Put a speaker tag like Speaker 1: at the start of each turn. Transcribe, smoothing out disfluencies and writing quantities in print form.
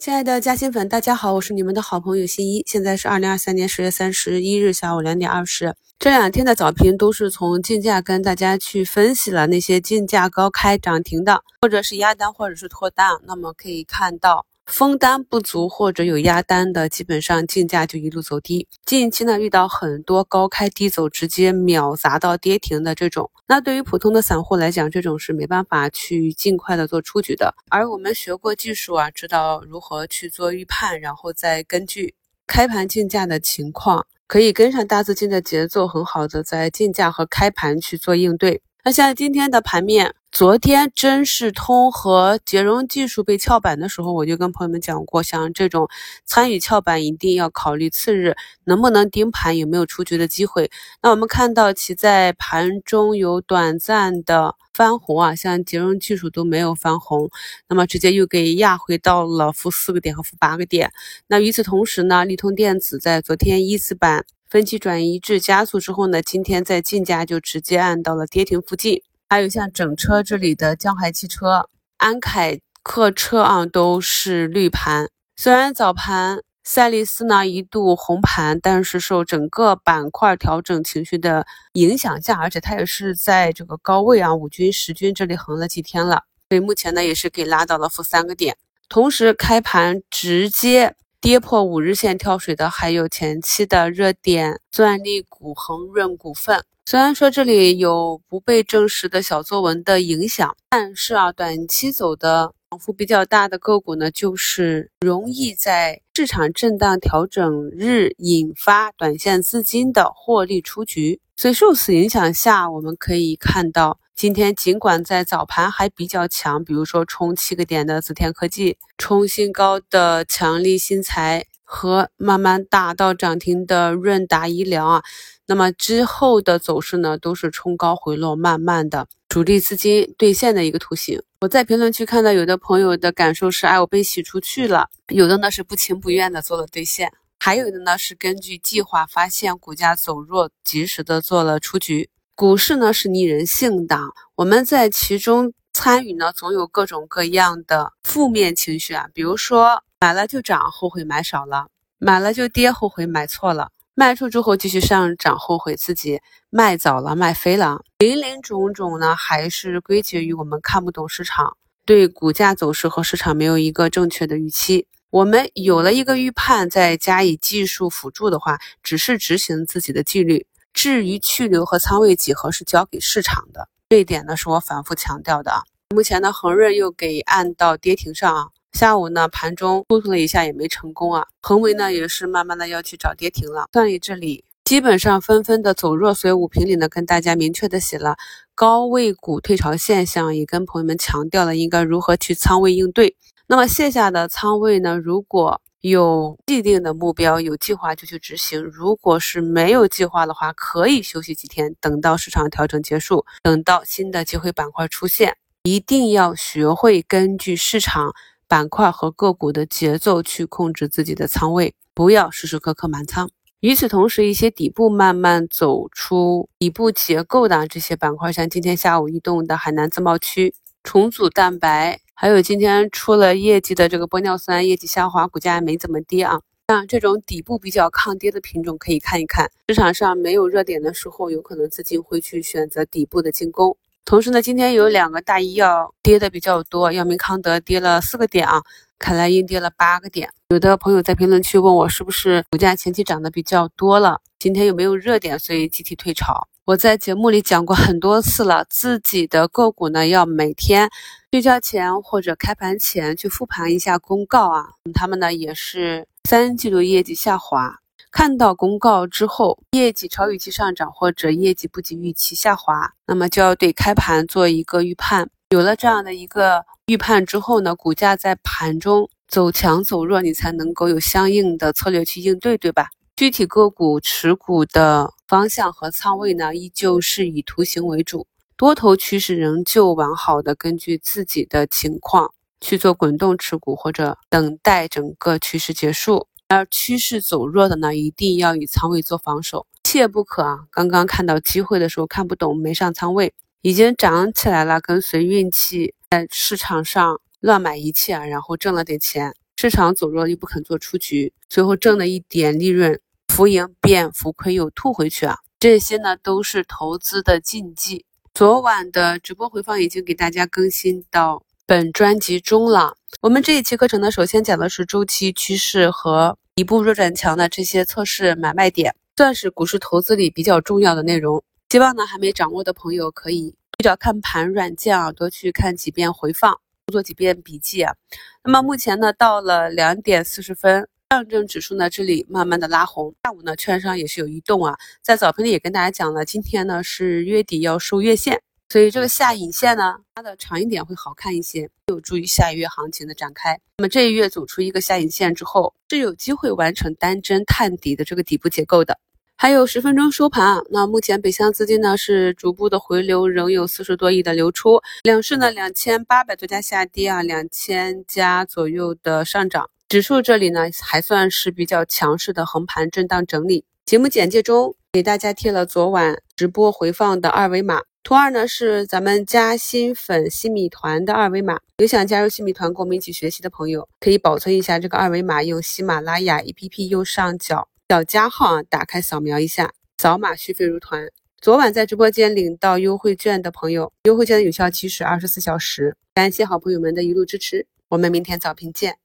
Speaker 1: 亲爱的嘉兴粉，大家好，我是你们的好朋友新一。现在是2023年10月31日下午2点20。这两天的早评都是从竞价跟大家去分析了那些竞价高开涨停的，或者是压单或者是脱单。那么可以看到封单不足或者有压单的，基本上竞价就一路走低。近期呢遇到很多高开低走，直接秒砸到跌停的这种，那对于普通的散户来讲，这种是没办法去尽快的做出局的。而我们学过技术啊，知道如何去做预判，然后再根据开盘竞价的情况，可以跟上大资金的节奏，很好的在竞价和开盘去做应对。那像今天的盘面，昨天真视通和捷荣技术被翘板的时候，我就跟朋友们讲过，像这种参与翘板一定要考虑次日能不能盯盘，有没有出局的机会。那我们看到其在盘中有短暂的翻红啊，像捷荣技术都没有翻红，那么直接又给压回到了-4个点和-8个点。那与此同时呢，利通电子在昨天一字板分歧转移至加速之后呢，今天在竞价就直接按到了跌停附近。还有像整车这里的江淮汽车、安凯客车啊，都是绿盘。虽然早盘赛力斯呢一度红盘，但是受整个板块调整情绪的影响下，而且它也是在这个高位啊5均10均这里横了几天了，所以目前呢也是给拉到了-3个点。同时开盘直接跌破5日线跳水的还有前期的热点钻力股恒润股份。虽然说这里有不被证实的小作文的影响，但是啊，短期走的涨幅比较大的个股呢，就是容易在市场震荡调整日引发短线资金的获利出局。所以受此影响下，我们可以看到今天尽管在早盘还比较强，比如说冲7个点的紫天科技，冲新高的强力新材和慢慢打到涨停的润达医疗啊，那么之后的走势呢，都是冲高回落，慢慢的主力资金兑现的一个图形。我在评论区看到有的朋友的感受是，我被洗出去了，有的呢是不情不愿的做了兑现，还有的呢是根据计划发现股价走弱，及时的做了出局。股市呢是逆人性的，我们在其中参与呢，总有各种各样的负面情绪啊，比如说买了就涨，后悔买少了；买了就跌，后悔买错了；卖出之后继续上涨，后悔自己卖早了、卖飞了。林林种种呢，还是归结于我们看不懂市场，对股价走势和市场没有一个正确的预期。我们有了一个预判，再加以技术辅助的话，只是执行自己的纪律。至于去留和仓位几何是交给市场的，这一点呢是我反复强调的啊。目前呢，恒润又给按到跌停上啊，下午呢盘中突突了一下也没成功啊。恒维呢也是慢慢的要去找跌停了，算力这里基本上纷纷的走弱，所以5评里呢跟大家明确的写了高位股退潮现象，也跟朋友们强调了应该如何去仓位应对。那么卸下的仓位呢，如果有既定的目标，有计划就去执行，如果是没有计划的话，可以休息几天，等到市场调整结束，等到新的机会板块出现，一定要学会根据市场板块和个股的节奏去控制自己的仓位，不要时时刻刻满仓。与此同时，一些底部慢慢走出底部结构的这些板块，像今天下午异动的海南自贸区、重组蛋白，还有今天出了业绩的这个玻尿酸业绩下滑，股价没怎么跌啊。像这种底部比较抗跌的品种可以看一看，市场上没有热点的时候，有可能资金会去选择底部的进攻。同时呢，今天有2个大医药跌的比较多，药明康德跌了4个点啊，凯莱英跌了8个点。有的朋友在评论区问我是不是股价前期涨得比较多了，今天有没有热点，所以集体退潮。我在节目里讲过很多次了，自己的个股呢要每天睡觉前或者开盘前去复盘一下公告啊，他们呢也是3季度业绩下滑，看到公告之后业绩超预期上涨或者业绩不及预期下滑，那么就要对开盘做一个预判。有了这样的一个预判之后呢，股价在盘中走强走弱，你才能够有相应的策略去应对，对吧？具体个股持股的方向和仓位呢，依旧是以图形为主，多头趋势仍旧完好的根据自己的情况去做滚动持股，或者等待整个趋势结束。而趋势走弱的呢，一定要以仓位做防守，切不可刚刚看到机会的时候看不懂没上仓位，已经涨起来了，跟随运气在市场上乱买一切然后挣了点钱， 市场走弱又不肯做出局，最后挣了一点利润，浮盈变浮亏又吐回去啊，这些呢都是投资的禁忌。昨晚的直播回放已经给大家更新到本专辑中了。我们这一期课程呢，首先讲的是周期趋势和底部弱转强的这些测试买卖点，算是股市投资里比较重要的内容。希望呢还没掌握的朋友可以对照看盘软件啊，多去看几遍回放，做几遍笔记啊。那么目前呢到了2点40分，上证指数呢这里慢慢的拉红，下午呢券商也是有移动啊，在早评里也跟大家讲了，今天呢是月底要收月线，所以这个下影线呢它的长一点会好看一些，有助于下一月行情的展开。那么这一月走出一个下影线之后，是有机会完成单针探底的这个底部结构的。还有10分钟收盘啊，那目前北向资金呢是逐步的回流，仍有40多亿的流出，两市呢2800多家下跌啊，2000家左右的上涨，指数这里呢还算是比较强势的横盘震荡整理。节目简介中给大家贴了昨晚直播回放的二维码，图2呢是咱们加新粉新米团的二维码，有想加入新米团跟我们一起学习的朋友，可以保存一下这个二维码，用喜马拉雅 APP 右上角小加号啊，打开扫描一下，扫码续费入团。昨晚在直播间领到优惠券的朋友，优惠券的有效期是24小时。感谢好朋友们的一路支持，我们明天早评见。